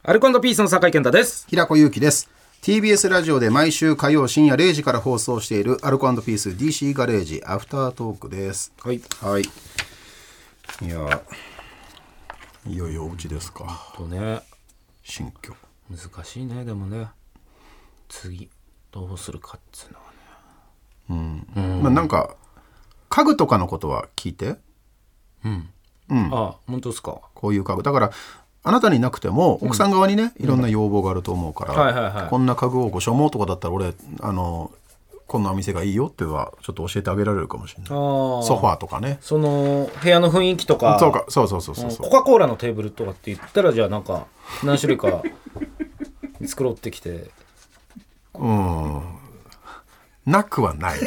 アルコ&ピースの酒井健太です。 平子祐希です。 TBS ラジオで毎週火曜深夜0時から放送しているアルコ&ピース DC ガレージアフタートークです。 はい、 はい、いよいよお家ですか。 とね、 新居難しいね。でもね、次どうするかっつうのはね、 まあ、なんか家具とかのことは聞いて。 あ、本当ですか。 こういう家具だからあなたになくても奥さん側にね、いろんな要望があると思うから、こんな家具をご所望とかだったら俺こんなお店がいいよっていうのはちょっと教えてあげられるかもしれない。ソファーとかね、 その部屋の雰囲気とか。 そうコカ・コーラのテーブルとかって言ったら、じゃあなんか何種類か作ろうってきてなくはない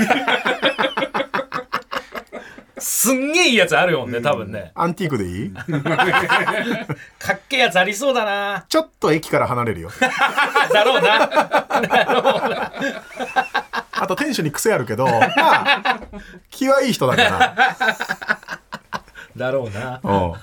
すんげえいいやつあるよね、多分ね。 アンティークでいいかっけえやつありそうだな。 ちょっと駅から離れるよだろうなあと店主に癖あるけど、まあ気はいい人だからだろうな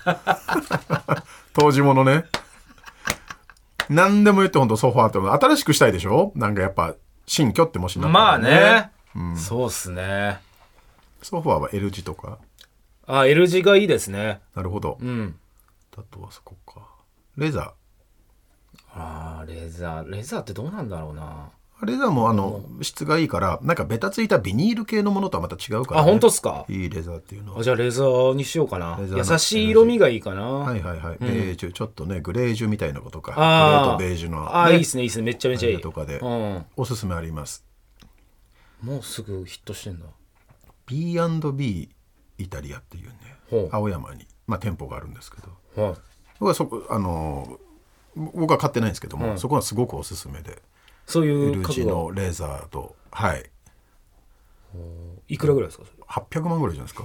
当時ものね。何でも言ってほんとソファーって新しくしたいでしょ。なんかやっぱ新居ってもしなったらね。まあね、そうっすね。 ソファーは L 字とか。 L 字がいいですね。 なるほど。だとはそこか。レザー。レザーってどうなんだろうな。 レザーも質がいいから、なんかベタついたビニール系のものとはまた違うから、ね。 本当っすか。 いいレザーっていうのは。 じゃあレザーにしようかな。優しい色味がいいかな。 はいはいはい。ベージュ、ちょっとねグレージュみたいなことか。グレートベージュの、 ね。いいっすねいいっすね、めっちゃめちゃいい。 とかで、おすすめあります。 もうすぐヒットしてんだ。 B&B イタリアっていうね、青山に、店舗があるんですけど、僕はそこ僕は買ってないんですけども、そこはすごくおすすめで、 そういう L 字のレーザーと、 いくらぐらいですか。 800万ぐらいじゃないですか。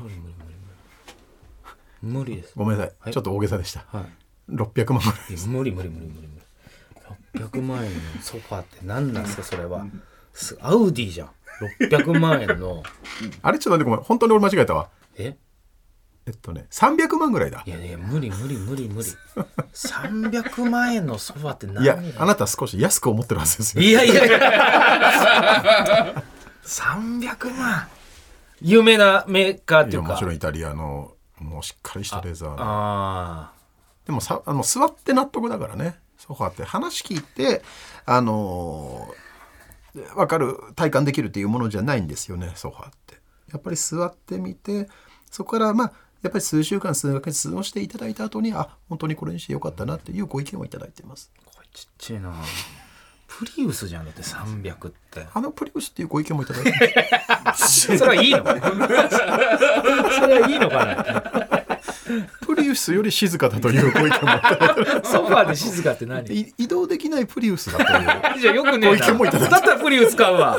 無理です。 ごめんなさい、ちょっと大げさでした。600万ぐらいです。 無理800万円のソファーって何なんですか。それはアウディじゃん。600万円のあれちょっと待って、ごめん、本当に俺間違えたわ。300万ぐらいだ。 いや無理300万円のソファーって何。 いや、あなた少し安く思ってるはずですよ。 いや300万、有名なメーカーっていうか。 もちろんイタリアのもうしっかりしたレザーの。でも座って納得だからね。ソファーって話聞いて分かる、体感できるっていうものじゃないんですよね、ソファーって。やっぱり座ってみて、そこからやっぱり数週間数ヶ月過ごしていただいた後に、本当にこれにしてよかったなっていうご意見をいただいてます。 これちっちゃいな。プリウスじゃん。だって300って。 プリウスっていうご意見もいただいてますそれはいいのそれはいいのかな。 プリウスより静かだというご意見もいただいてます。 ソファーで静かって何。 移動できないプリウスだというじゃあよくねえな。ご意見もいただいてます。だったらプリウス買うわ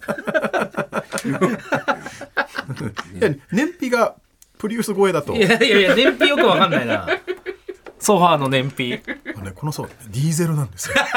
いや、燃費がプリウス超えだと。 いや燃費よくわかんないな。ソファーの燃費、 このソファーディーゼルなんですよ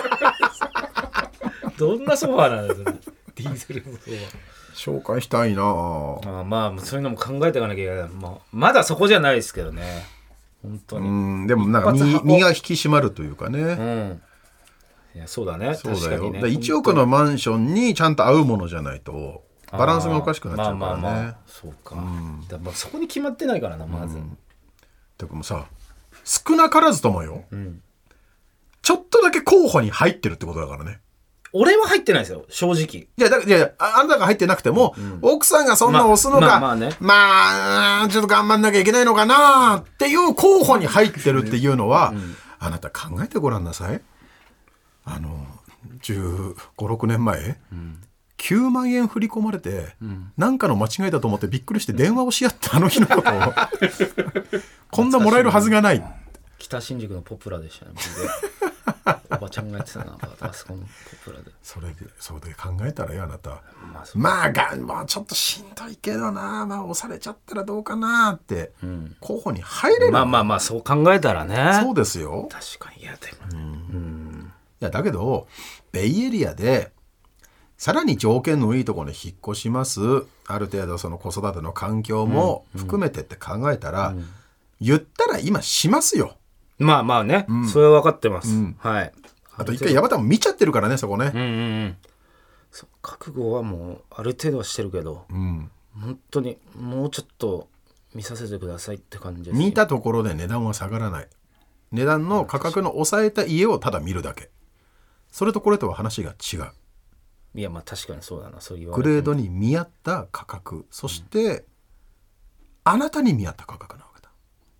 どんなソファーなんですか。ディーゼルのソファー紹介したいな。 そういうのも考えていかなきゃいけない。まだそこじゃないですけどね、本当に。 でもなんか身が引き締まるというかね。 いやそうだね。 そうだよ。 確かにね。 1億のマンションにちゃんと合うものじゃないとバランスがおかしくなっちゃうからね。 そうか。そこに決まってないからな、まず。 でもさ、少なからずともよ、ちょっとだけ候補に入ってるってことだからね。 俺は入ってないですよ、正直。 いやあんたが入ってなくても、奥さんがそんな押すのか、ちょっと頑張んなきゃいけないのかなっていう候補に入ってるっていうのは、あなた考えてごらんなさい。15、6年前、9万円振り込まれて、なんかの間違いだと思ってびっくりして電話をし合ったあの日のことをこんなもらえるはずがない。 北新宿のポプラでしたね。おばちゃんがやってたな、あそこのポプラで。それで考えたらよ、あなた。ちょっとしんどいけどな、押されちゃったらどうかなって、候補に入れる。 そう考えたらね。 そうですよ。 確かに。いやだけどベイエリアでさらに条件のいいところに引っ越します。ある程度その子育ての環境も含めてって考えたら、言ったら今しますよ。 まあまあね、それは分かってます、はい。 あと一回矢端も見ちゃってるからね、そこね。そう、覚悟はもうある程度はしてるけど、本当にもうちょっと見させてくださいって感じです、ね。 見たところで値段は下がらない。値段の価格の抑えた家をただ見るだけ。それとこれとは話が違う。 いや、まあ確かにそうだな。そういうグレードに見合った価格、そして、あなたに見合った価格なわけだ。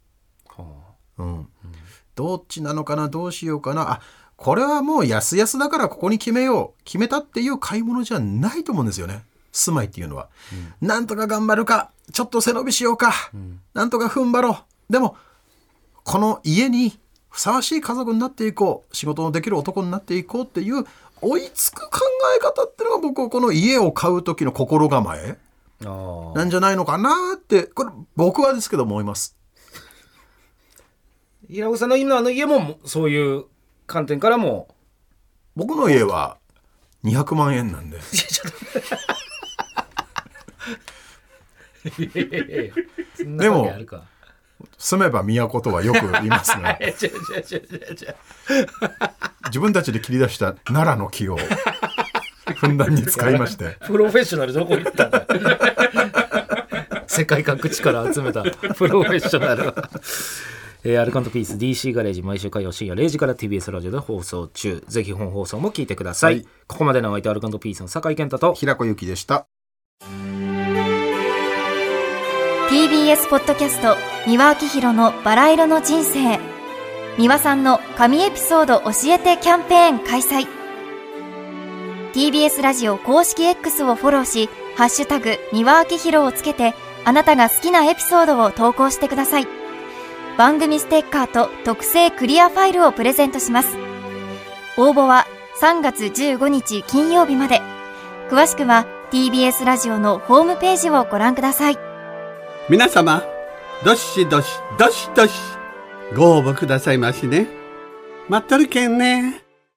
どっちなのかな、どうしようかな、これはもう安々だからここに決めたっていう買い物じゃないと思うんですよね。住まいっていうのは、なんとか頑張るか、ちょっと背伸びしようか、なんとか踏ん張ろう、でもこの家にふさわしい家族になっていこう、仕事のできる男になっていこうっていう追いつく考え方っていうのが、僕はこの家を買う時の心構えなんじゃないのかなって、これ僕はですけど思います。 平子さんの今の家もそういう観点からも。 僕の家は200万円なんで。でも住めば都とはよく言いますが、自分たちで切り出した奈良の木をふんだんに使いまして。 プロフェッショナルどこ行ったんだ。世界各地から集めたプロフェッショナル。アルカントピース DC ガレージ、毎週火曜深夜0時から TBS ラジオで放送中。ぜひ本放送も聞いてください、ここまでのお相手アルカントピースの酒井健太と平子ゆきでした。 TBS ポッドキャスト三輪明宏のバラ色の人生。三輪さんの神エピソード教えてキャンペーン開催。 TBS ラジオ公式 X をフォローし、ハッシュタグ三輪明宏をつけて、あなたが好きなエピソードを投稿してください。番組ステッカーと特製クリアファイルをプレゼントします。応募は3月15日金曜日まで。詳しくは TBS ラジオのホームページをご覧ください。 皆様、どしどしどしどしご応募くださいましね。待っとるけんね。